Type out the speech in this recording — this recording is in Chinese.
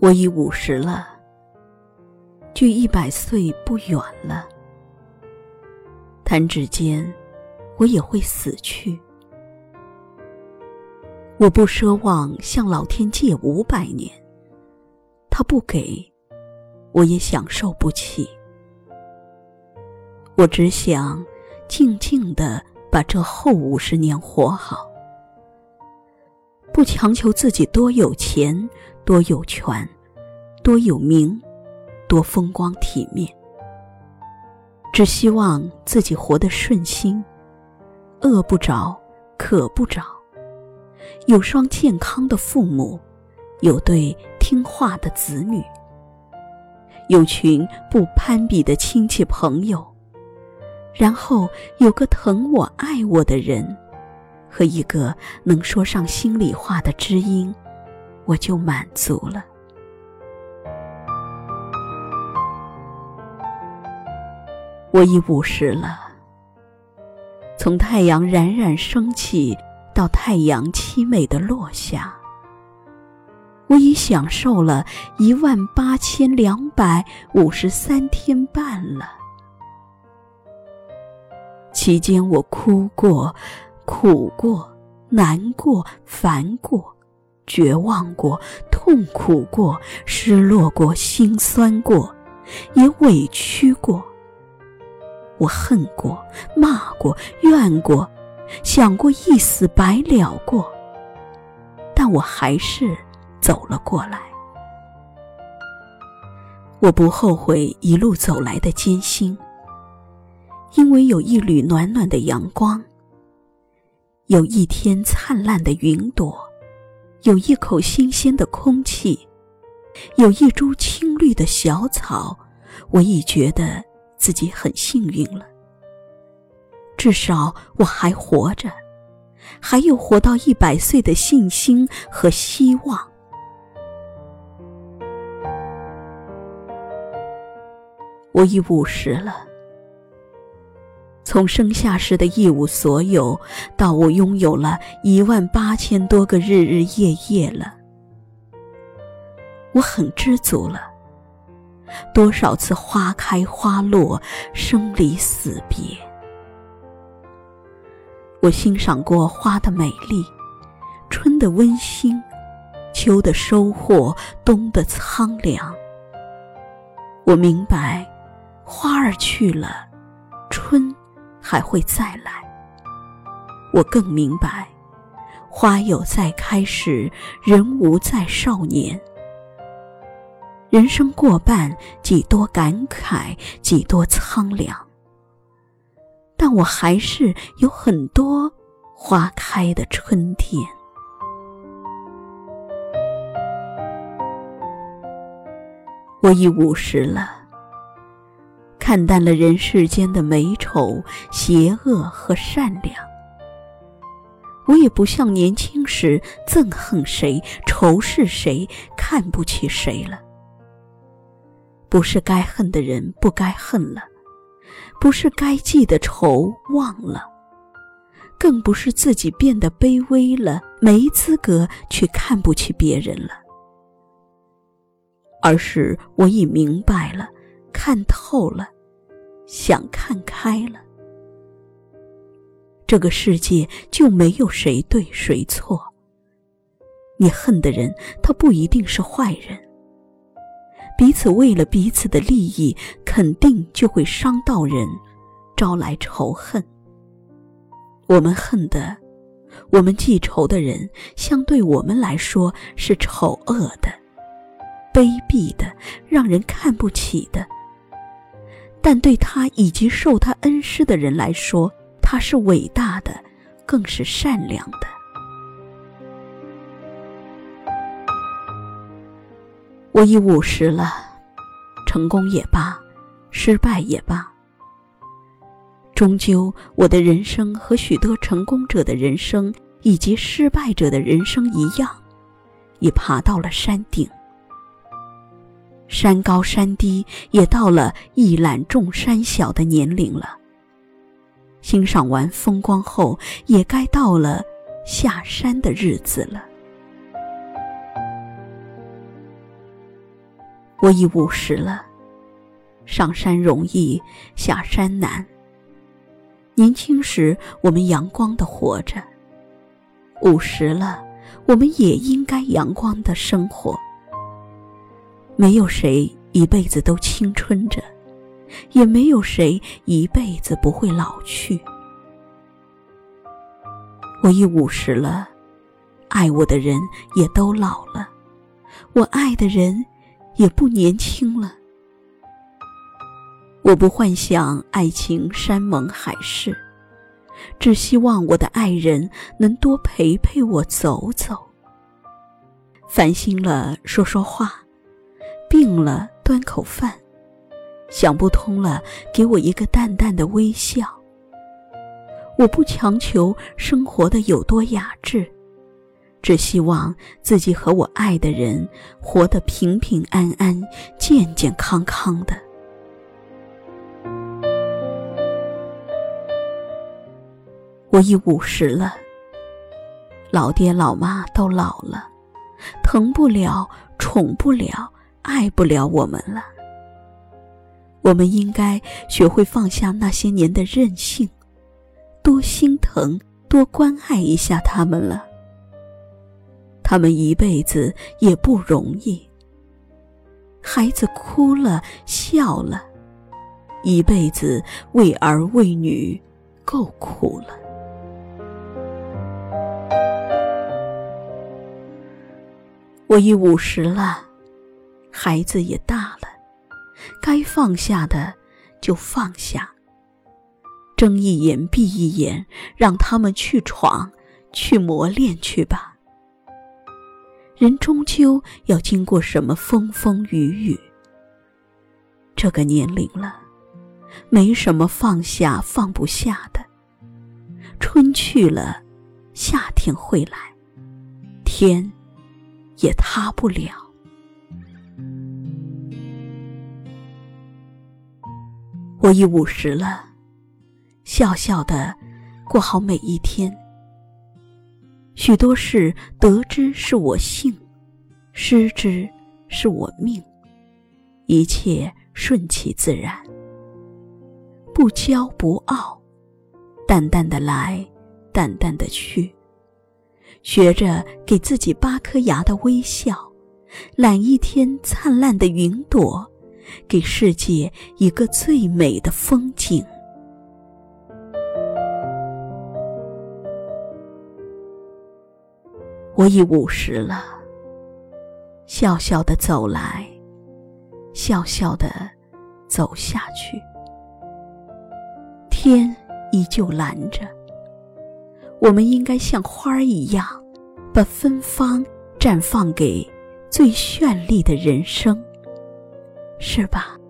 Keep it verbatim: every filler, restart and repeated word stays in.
我已五十了，距一百岁不远了。弹指间，我也会死去。我不奢望向老天借五百年，他不给，我也享受不起。我只想静静地把这后五十年活好，不强求自己多有钱，多有权，多有名，多风光体面，只希望自己活得顺心，饿不着，渴不着，有双健康的父母，有对听话的子女，有群不攀比的亲戚朋友，然后有个疼我爱我的人，和一个能说上心里话的知音，我就满足了。我已五十了，从太阳冉冉升起到太阳凄美的落下，我已享受了一万八千两百五十三天半了。期间我哭过，苦过，难过，烦过，绝望过，痛苦过，失落过，心酸过，也委屈过。我恨过，骂过，怨过，想过一死百了过，但我还是走了过来。我不后悔一路走来的艰辛，因为有一缕暖暖的阳光，有一天灿烂的云朵，有一口新鲜的空气，有一株青绿的小草，我已觉得自己很幸运了。至少我还活着，还有活到一百岁的信心和希望。我已五十了，从生下时的一无所有，到我拥有了一万八千多个日日夜夜了。我很知足了，多少次花开花落，生离死别。我欣赏过花的美丽，春的温馨，秋的收获，冬的苍凉。我明白，花儿去了，春还会再来。我更明白，花有再开时，人无再少年。人生过半，几多感慨，几多苍凉。但我还是有很多花开的春天。我已五十了，看淡了人世间的美丑、邪恶和善良。我也不像年轻时憎恨谁、仇视谁、看不起谁了。不是该恨的人不该恨了，不是该记的仇忘了，更不是自己变得卑微了，没资格去看不起别人了。而是我已明白了，看透了，想看开了。这个世界就没有谁对谁错，你恨的人，他不一定是坏人。彼此为了彼此的利益，肯定就会伤到人，招来仇恨。我们恨的，我们记仇的人，相对我们来说是丑恶的、卑鄙的，让人看不起的。但对他以及受他恩师的人来说，他是伟大的，更是善良的。我已五十了，成功也罢，失败也罢，终究我的人生和许多成功者的人生以及失败者的人生一样，已爬到了山顶。山高山低，也到了一览众山小的年龄了。欣赏完风光后，也该到了下山的日子了。 我已五十了，上山容易下山难。年轻时我们阳光地活着，五十了我们也应该阳光地生活。没有谁一辈子都青春着，也没有谁一辈子不会老去。我已五十了，爱我的人也都老了，我爱的人也不年轻了。我不幻想爱情山盟海誓，只希望我的爱人能多陪陪我走走。烦心了说说话，病了端口饭，想不通了给我一个淡淡的微笑。我不强求生活的有多雅致，只希望自己和我爱的人活得平平安安、健健康康的。我已五十了，老爹老妈都老了，疼不了，宠不了，爱不了我们了。我们应该学会放下那些年的任性，多心疼，多关爱一下他们了。他们一辈子也不容易，孩子哭了笑了，一辈子为儿为女够苦了。我已五十了，孩子也大了，该放下的就放下，睁一眼闭一眼，让他们去闯，去磨练去吧。人终究要经过什么风风雨雨，这个年龄了，没什么放下放不下的。春去了，夏天会来，天也塌不了。我已五十了，笑笑地过好每一天。许多事得之是我幸，失之是我命，一切顺其自然，不骄不傲，淡淡的来，淡淡的去，学着给自己八颗牙的微笑，揽一天灿烂的云朵，给世界一个最美的风景。我已五十了，笑笑地走来，笑笑地走下去。天依旧蓝着，我们应该像花一样，把芬芳绽放给最绚丽的人生，是吧？